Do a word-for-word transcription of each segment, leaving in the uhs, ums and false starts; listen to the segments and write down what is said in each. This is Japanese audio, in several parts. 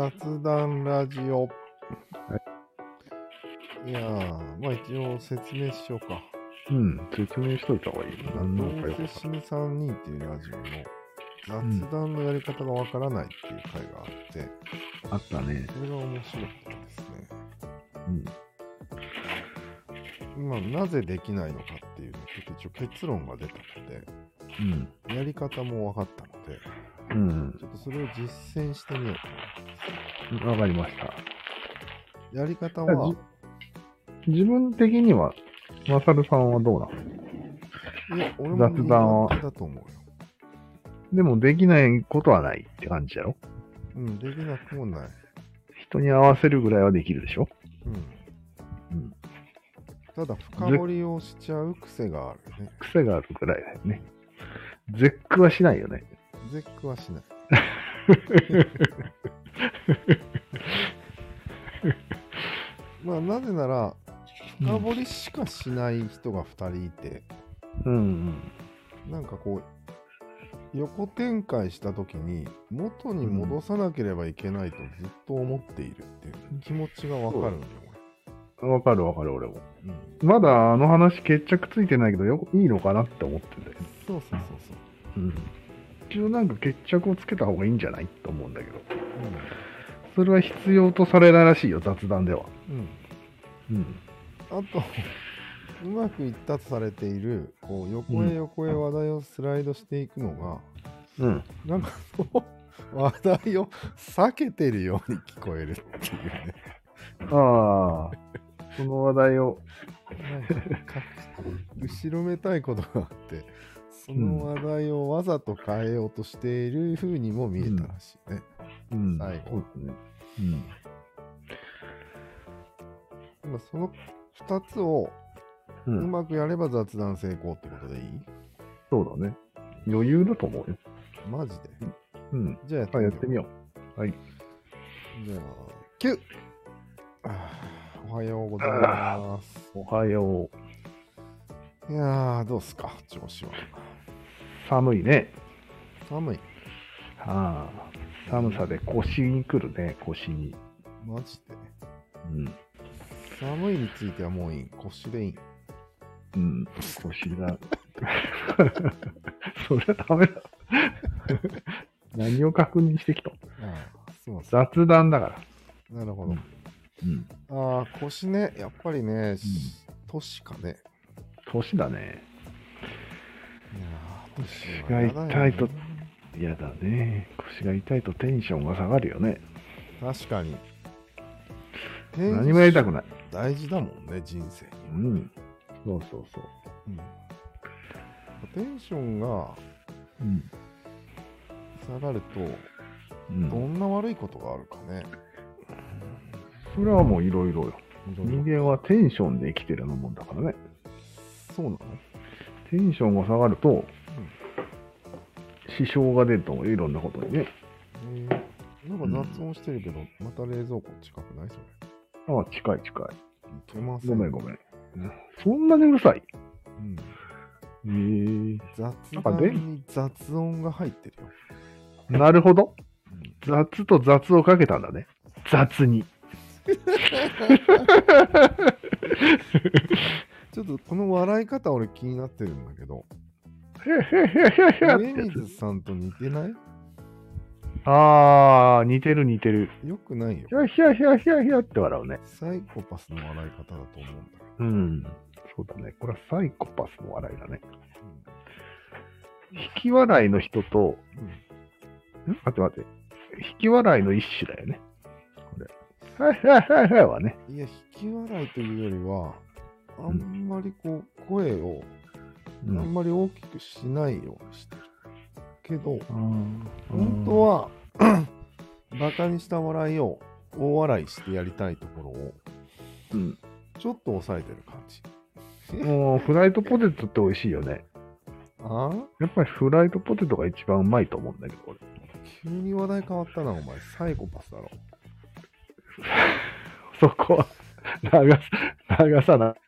雑談ラジオ。はい、いやー、まあ一応説明しようか。 うん、説明しといた方がいいな。 どうせ死ぬさんにんっていうラジオの雑談のやり方がわからないっていう回があって、 うん、あったね。 それが面白くてですね。 うん。 今なぜできないのかっていうのちょっと一応結論が出たので、うん、やり方も分かったので、うん、ちょっとそれを実践してみようと思います。 わかりました。 やり方は自分的にはマサルさんはどうなの？ いや、俺も苦手だと思うよ。 でもできないことはないって感じだろ？ うん、できなくもない。 人に合わせるぐらいはできるでしょ？ うん。うん、ただ、深掘りをしちゃう癖があるね。 癖があるぐらいだよね。絶句はしないよね。 絶句はしない。まあ、なぜなら、深掘りしかしない人がふたりいて、 うんうん、 なんかこう、横展開したときに元に戻さなければいけないとずっと思っているっていう気持ちがわかるんだよ、 俺。わかるわかる、俺も。うん、まだあの話決着ついてないけどよ、いいのかなって思ってんだよね。 そうそうそうそう。うん。 一応なんか決着をつけた方がいいんじゃないと思うんだけど。うん、それは必要とされないらしいよ、雑談では。うん。うん。あと、うまくいったとされている、こう横へ横へ話題をスライドしていくのが、うん、なんかその話題を避けてるように聞こえるっていうね。 ああ、その話題をなんか後ろめたいことがあって、その話題をわざと変えようとしているふうにも見えたらしいね。うん、最後。そうですね。うん。そのふたつをうまくやれば雑談成功ってことでいい？ そうだね。余裕だと思うよ。 マジで？ うん。 じゃあやってみよう。 やってみよう。はい。 じゃあ、きゅう! おはようございます。 おはよう。いやー、どうすか、調子は。 寒いね。 寒い。 ああ、寒さで腰に来るね、腰に。 マジで？ うん。 寒いについてはもういい。腰でいい。 うん、腰が。それはダメだ。何を確認してきた？ああ、そうそう。雑談だから。 なるほど。 うん。 ああ、腰ね。やっぱりね、うん、年かね。 年だね。 いやー、 腰が痛いと、嫌だね。腰が痛いとテンションが下がるよね。 確かに。 何もやりたくない。 大事だもんね、人生に。 うん。そうそうそう。うん、 テンションが下がると、うん、どんな悪いことがあるかね。 それはもういろいろよ。人間はテンションで生きてるようなもんだからね。 そうなの？ テンションが下がると、うん、支障が出ると思う。いろんなことにね。 えー、なんか雑音してるけど、うん、また冷蔵庫近くないそれ？ ああ、近い近い。 いけません。 ごめんごめん。そんなにうるさい？うん。えー、 雑談に雑音が入ってるよ。なるほど。うん、雑と雑をかけたんだね。雑に。 ちょっとこの笑い方俺気になってるんだけど。上水さんと似てない？ あー、似てる似てる。 よくないよ。 ヒャヒャヒャヒャヒャって笑うね。 サイコパスの笑い方だと思うんだけど。 うん。そうだね。これはサイコパスの笑いだね。うん、引き笑いの人と、うん、待って待って。引き笑いの一種だよね。これ。はいはいはいはいはね。 いや、引き笑いというよりは、あんまりこう、声を、あんまり大きくしないようにしてる。けど、うん、本当は、バカにした笑いを大笑いしてやりたいところを、うん、ちょっと抑えてる感じ。 もうフライドポテトって美味しいよね。 ああ？ やっぱりフライドポテトが一番うまいと思うんだけど、俺。 急に話題変わったな、お前。サイコパスだろ。 そこは流さ、流さな。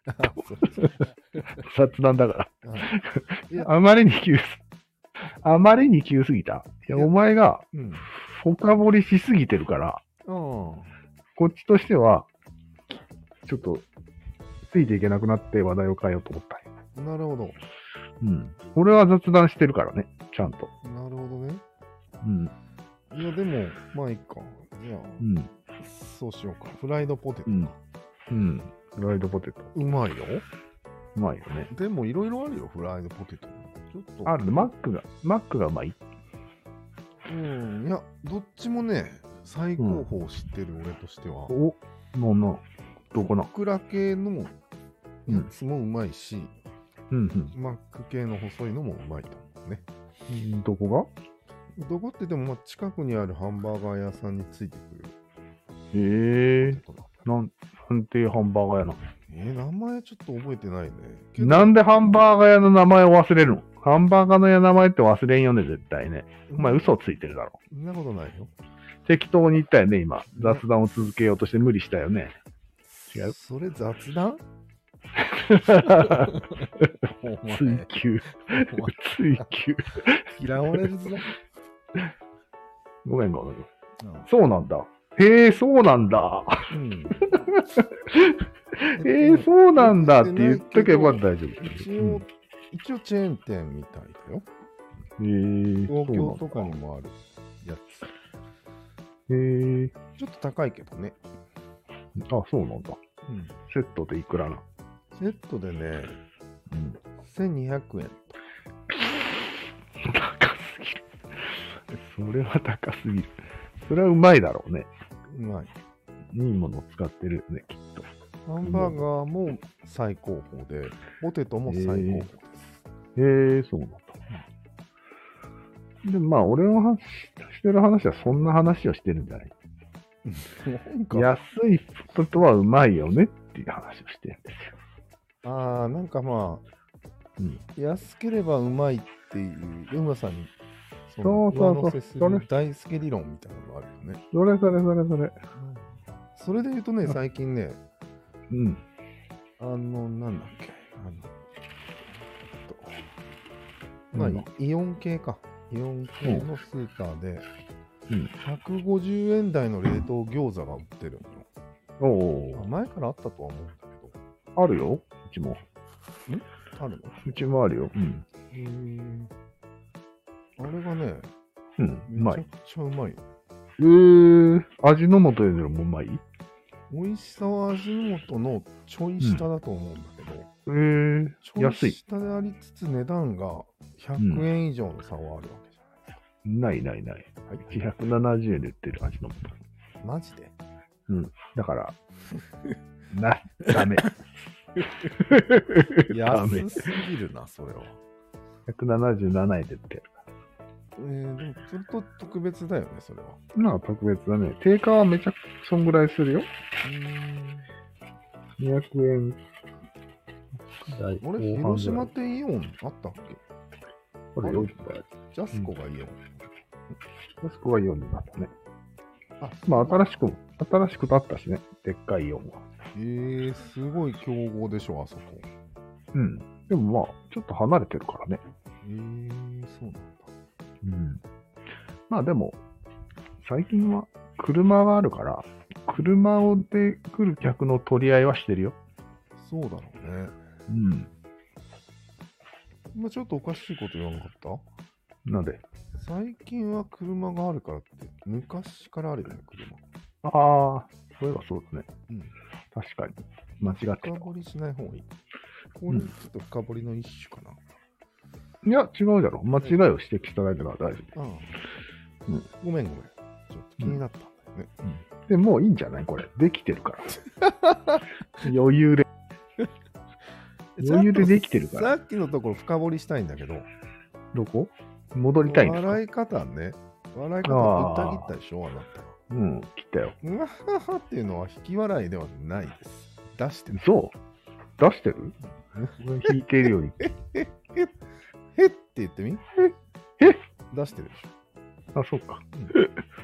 雑談だから。あまりに急す、あまりに急すぎた。いや、お前が深掘りしすぎてるから、 こっちとしては、ちょっと、ついていけなくなって話題を変えようと思ったんよ。 なるほど。 うん。俺は雑談してるからね、ちゃんと。 なるほどね。 うん。 いや、でも、まあいいか。じゃあ、 うん。 そうしようか。フライドポテトか。 うん。うん。フライドポテト。 うまいよ。 うまいよね。 でも、いろいろあるよ、フライドポテト。ちょっと。 ある、マックが、マックがうまい。 うん。いや、どっちもね、最高峰を知ってる俺としては。 お、もうな、どこな。 オクラ系のやつもうまいし、 うんうん。 マック系の細いのもうまいと思うね。 どこがどこってでも、まあ、近くにあるハンバーガー屋さんについてくる。 へえ。なん、なんていうハンバーガー屋なの？ えー、名前ちょっと覚えてないね。 なんでハンバーガー屋の名前を忘れるの？ハンバーガーの屋名前って忘れんよね、絶対ね。お前嘘ついてるだろ。 そんなことないよ。 適当に言ったよね、今。雑談を続けようとして無理したよね。違う？ それ雑談追求。追求。 嫌われるぞ。 ごめんごめん。そうなんだ。へえ、そうなんだ。 うん、 へえ、そうなんだって言っとけば大丈夫。 一応、うん、一応チェーン店みたいだよ。 へえ。 東京とかにもあるやつ。 へえ。 ちょっと高いけどね。 あ、そうなんだ。 うん、 セットでいくらな？ セットでね、うん、せんにひゃくえん。 高すぎる。それは高すぎる。それはうまいだろうね。 うまい。 いいものを使ってるよね、きっと。 ハンバーガーも最高峰で、ポテトも最高峰です。 へえー、そうなんだ。でもまあ、俺のしてる話はそんな話をしてるんじゃない。安いポテトはうまいよねっていう話をしてるんですよ。ああ、なんかまあ、うん、安ければうまいっていう、うまさに、 そうそうそう、 それ大輔理論みたいなのがあるよね。 それそれそれそれ。 それで言うとね、最近ね、 うん。 あの、なんだっけ、あの、まあ、イオン系か。イオン系のスーパーで、うん、ひゃくごじゅうえん台の冷凍餃子が売ってるのよ。おお。前からあったとは思うんだけど。あるよ、うちも。んあるの？ うちもあるよ。うん。 へえ。あれがね、 うん、 めちゃくちゃうまいよ。 えー、味の素よりもうまい？ 美味しさは味の素のちょい下だと思うんだけど、 うん、えー、安い。 ちょい下でありつつ値段がひゃくえん以上の差はあるわけじゃないですか。ないないない。ひゃくななじゅうえんで売ってる味の素。 マジで？ うん。だから、な、ダメ。 安すぎるな、それは。 ひゃくななじゅうななえんで売ってる。 えー、でも、それと特別だよね、それは。 まあ、特別だね。定価はめちゃくちゃそんぐらいするよ。にひゃくえん。 俺、広島ってイオンあったっけ？ これよんジャスコがイオン。ジャスコがイオンになったね。あ、まあ、新しく、新しくなったしね。でっかいイオンは。 えー、すごい競合でしょ、あそこ。 うん。でもまあ、ちょっと離れてるからね。 えー、そうなんだ。 うん。まあでも、最近は車があるから、車をで来る客の取り合いはしてるよ。 そうだろうね。 うん。 今ちょっとおかしいこと言わなかった？ なんで？ 最近は車があるからって、昔からあるよね、車。 ああ、そういえばそうだね。うん。確かに。間違ってた。 深掘りしない方がいい。これちょっと深掘りの一種かな。 うん、いや、違うだろ。間違いを指摘しただけだから大丈夫。ああ、 うん。ごめんごめん。ちょっと気になったんだよね。 うん。でもういいんじゃないこれ。できてるから。余裕で。余裕でできてるから。 さっきのところ深掘りしたいんだけど。 どこ？戻りたいんですか？ 笑い方ね。笑い方ぶった切ったでしょ、あなた。 うん、切ったよ。 うわははっていうのは引き笑いではないです。出してる。 そう出してる引いてるように。 へっへっへっへって言ってみ？へっへっ出してるでしょ。あ、そうか。 うん、いや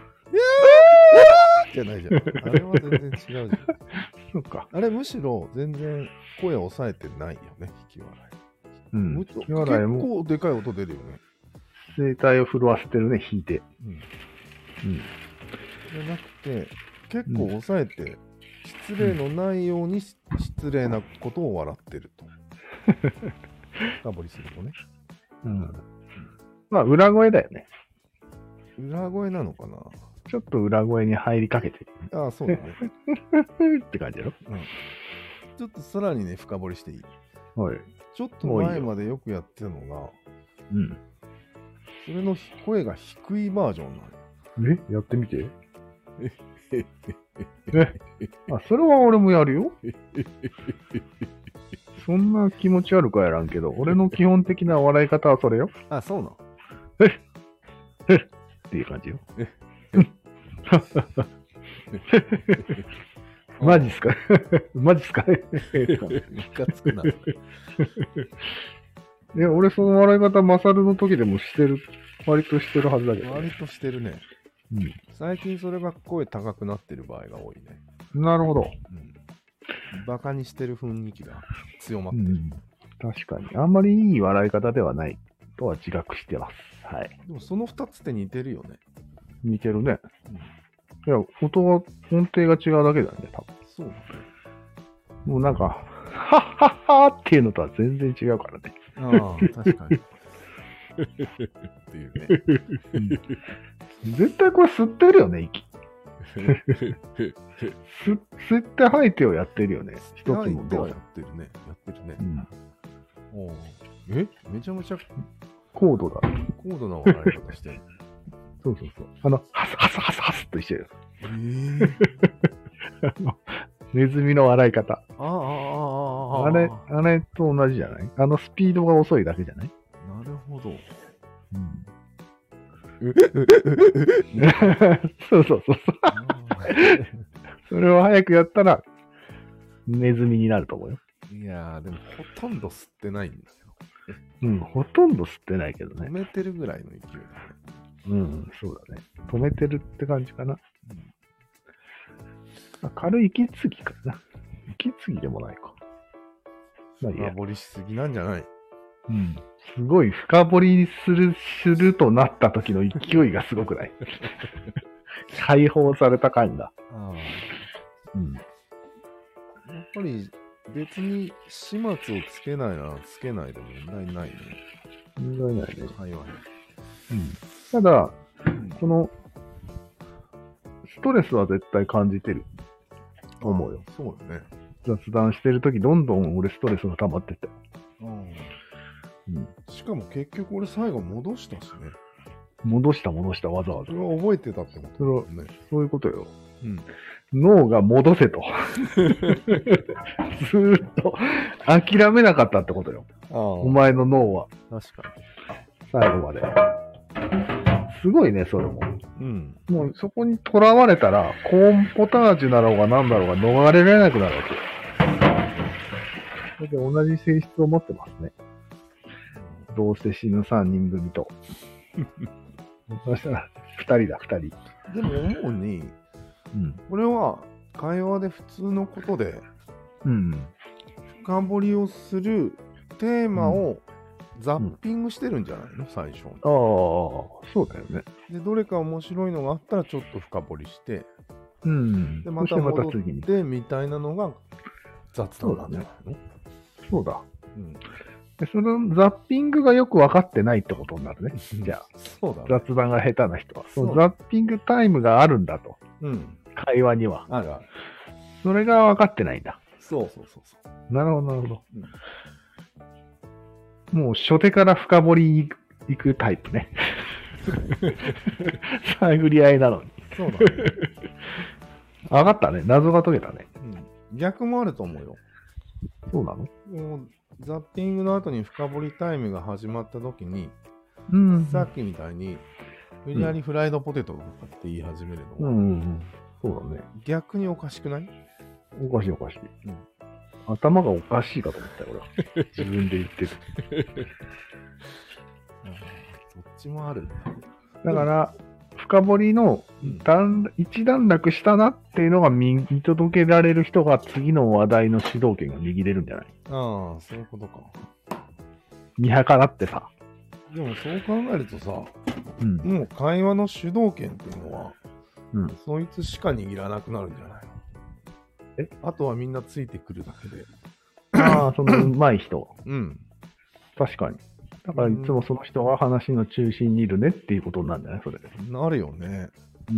ーじゃないじゃん。あれは全然違うじゃん。 そうか。 あれむしろ全然声を抑えてないよね、引き笑い。 うん。 引き笑いも結構でかい音出るよね。 声帯を震わせてるね、引いて。うん。 うん。じゃなくて、 結構抑えて、失礼のないように失礼なことを笑ってると。深掘りするとね。 うん。まあ、裏声だよね。 裏声なのかな。 ちょっと裏声に入りかけてる。 ああ、そうだね。 って感じだろ。 うん。ちょっとさらにね、深掘りしていい？ はい。 ちょっと前までよくやってたのが、 うん。 それの声が低いバージョンなの。え、やってみて。え、あ、それは俺もやるよ。そんな気持ち悪くはやらんけど、俺の基本的な笑い方はそれよ。 あ、そうなの？ ええっていう感じよ。マジっすかマジっすかムカつくな。 いや、俺その笑い方、マサルの時でもしてる、割としてるはずだけど、ね。 割としてるね。うん。最近それが声高くなってる場合が多いね。 なるほど。うん、 バカにしてる雰囲気が強まってる、うん。 確かに。あんまりいい笑い方ではないとは自覚してます。はい。 でもその二つって似てるよね。 似てるね。うん、いや、音が、音程が違うだけだね、多分。 そうだね。 もうなんか、はっはっはーっていうのとは全然違うからね。 ああ、確かに。っていうね、 うん。絶対これ吸ってるよね、息。吸, 吸って吐いてをやってるよね。一つの動作。 やってるね。やってるね。うん、おえめちゃめちゃ高度だ。 高度な笑い方してる。 そうそうそう。あの、ハスハスハスハスと一緒よ。 えー、 あのネズミの笑い方。 ああ、ああ、 あれ、あれと同じじゃない？あのスピードが遅いだけじゃない？ なるほど。うん。 そうそうそうそう。それを早くやったら、ネズミになると思うよ。 いやー、でもほとんど吸ってないんだよ。 うん、ほとんど吸ってないけどね。 止めてるぐらいの勢いだね。 うん、そうだね。止めてるって感じかな。うん、軽い息継ぎかな。息継ぎでもないか。 まあいいや。深掘りしすぎなんじゃない？ うん。すごい深掘りする、するとなった時の勢いがすごくない？解放された感が。ああ。うん。 やっぱり別に始末をつけないならつけないで問題ないね。 問題ないね。 はいはい。 うん。ただ、うん、この、ストレスは絶対感じてる。思うよ。 そうだね。 雑談してるとき、どんどん俺ストレスが溜まってて。 うん。しかも結局俺最後戻したしね。 戻した戻したわざわざ。 それは覚えてたってことだね。 そういうことよ。うん。脳が戻せと。ずーっと諦めなかったってことよ。あお前の脳は。 確かに。 最後まで。すごいね、それも。 うん。 もうそこに囚われたら、コーンポタージュだろうが何だろうが逃れられなくなるわけよ。それで同じ性質を持ってますね。どうせ死ぬさんにん組と。そしたら、ふたりだ、ふたり。 でも思うに、うん、これは会話で普通のことで、うん、深掘りをするテーマをザッピングしてるんじゃないの、うん、最初に。ああ、 そうだよね。 で、どれか面白いのがあったらちょっと深掘りして、 うん、 で、また戻ってみたいなのが雑談なんじゃないの？ そうだ。うん。で、そのザッピングがよく分かってないってことになるね。じゃあ、 そうだね、 雑談が下手な人は。そのザッピングタイムがあるんだと。うん。会話には。 あるある。 それが分かってないんだ。 そうそうそうそう。 なるほど、なるほど。うん、もう初手から深掘りに行くタイプね。探り合いなのに。 そうだね。 分かったね。謎が解けたね。 うん。逆もあると思うよ。 そうなの？ もうザッピングの後に深掘りタイムが始まった時に、 うん、 さっきみたいに無理やりフライドポテトとかって言い始めるのは、 うんうんうん、そうだね。 逆におかしくない？ おかしいおかしい、うん、頭がおかしいかと思ったよ俺は。自分で言ってる。 あ、そっちもあるんだ。 だから深掘りの段、うん、一段落したなっていうのが見届けられる人が次の話題の主導権が握れるんじゃない？ ああ、そういうことか。 見計らってさ。 でもそう考えるとさ、うん、もう会話の主導権っていうのは、 うん。 そいつしか握らなくなるんじゃないの？ え？ あとはみんなついてくるだけで。 ああ、その上手い人。 うん。 確かに。だからいつもその人が話の中心にいるねっていうことなんじゃないそれ。 なるよね。 うん。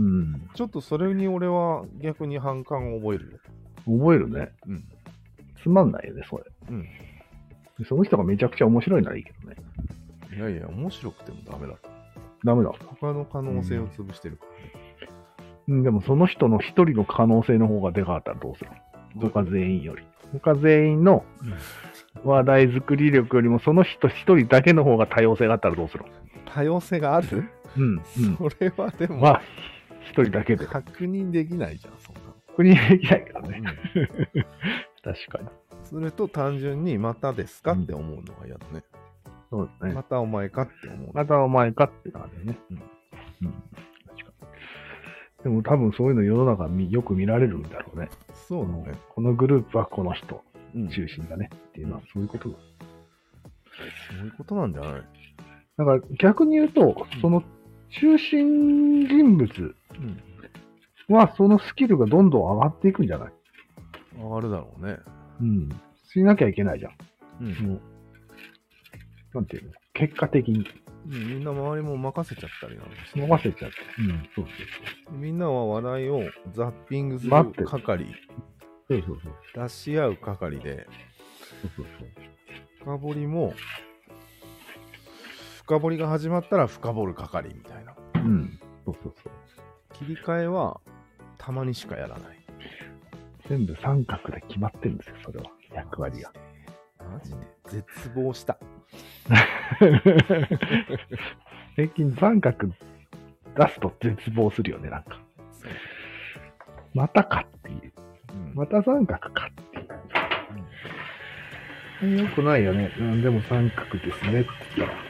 ちょっとそれに俺は逆に反感を覚えるよ。 覚えるね。 うん。 つまんないよね、それ。 うん。 その人がめちゃくちゃ面白いならいいけどね。 いやいや、面白くてもダメだ。 ダメだ。 他の可能性を潰してるからね。 うん、でもその人の一人の可能性の方がでかかったらどうする？他全員より。他全員の話題作り力よりもその人一人だけの方が多様性があったらどうする？ 多様性がある？ うん。うん、 それはでも、 まあ、一人だけで。 確認できないじゃん、そんなの。 確認できないけどね。 うん、 確かに。 それと単純にまたですかって思うのが嫌だね。 そうですね。 またお前かって思う。 またお前かって感じね。うん。うん。確かに。でも多分そういうの世の中によく見られるんだろうね。 そうだね。 このグループはこの人中心だね、うん、っていうのはそういうことだ。 そういうことなんじゃない？ だから逆に言うと、うん、その中心人物はそのスキルがどんどん上がっていくんじゃない？ 上がるだろうね。 うん。しなきゃいけないじゃん。 うん。 もうなんていうの？結果的に。 うん、みんな周りも任せちゃったりなんですね。任せちゃって。うん。そうそうそう。みんなは話題をザッピングする係。 そうそうそう。 出し合う係で。 そうそうそう。 深掘りも、深掘りが始まったら深掘る係みたいな。 うん。そうそうそう。 切り替えはたまにしかやらない。 全部三角で決まってるんですよ、それは。役割が。 マジで絶望した。 最近三角出すと絶望するよね、なんか。またかっていう。うん、また三角かっていう。うん、よくないよね。うん、でも三角ですねって言ったら。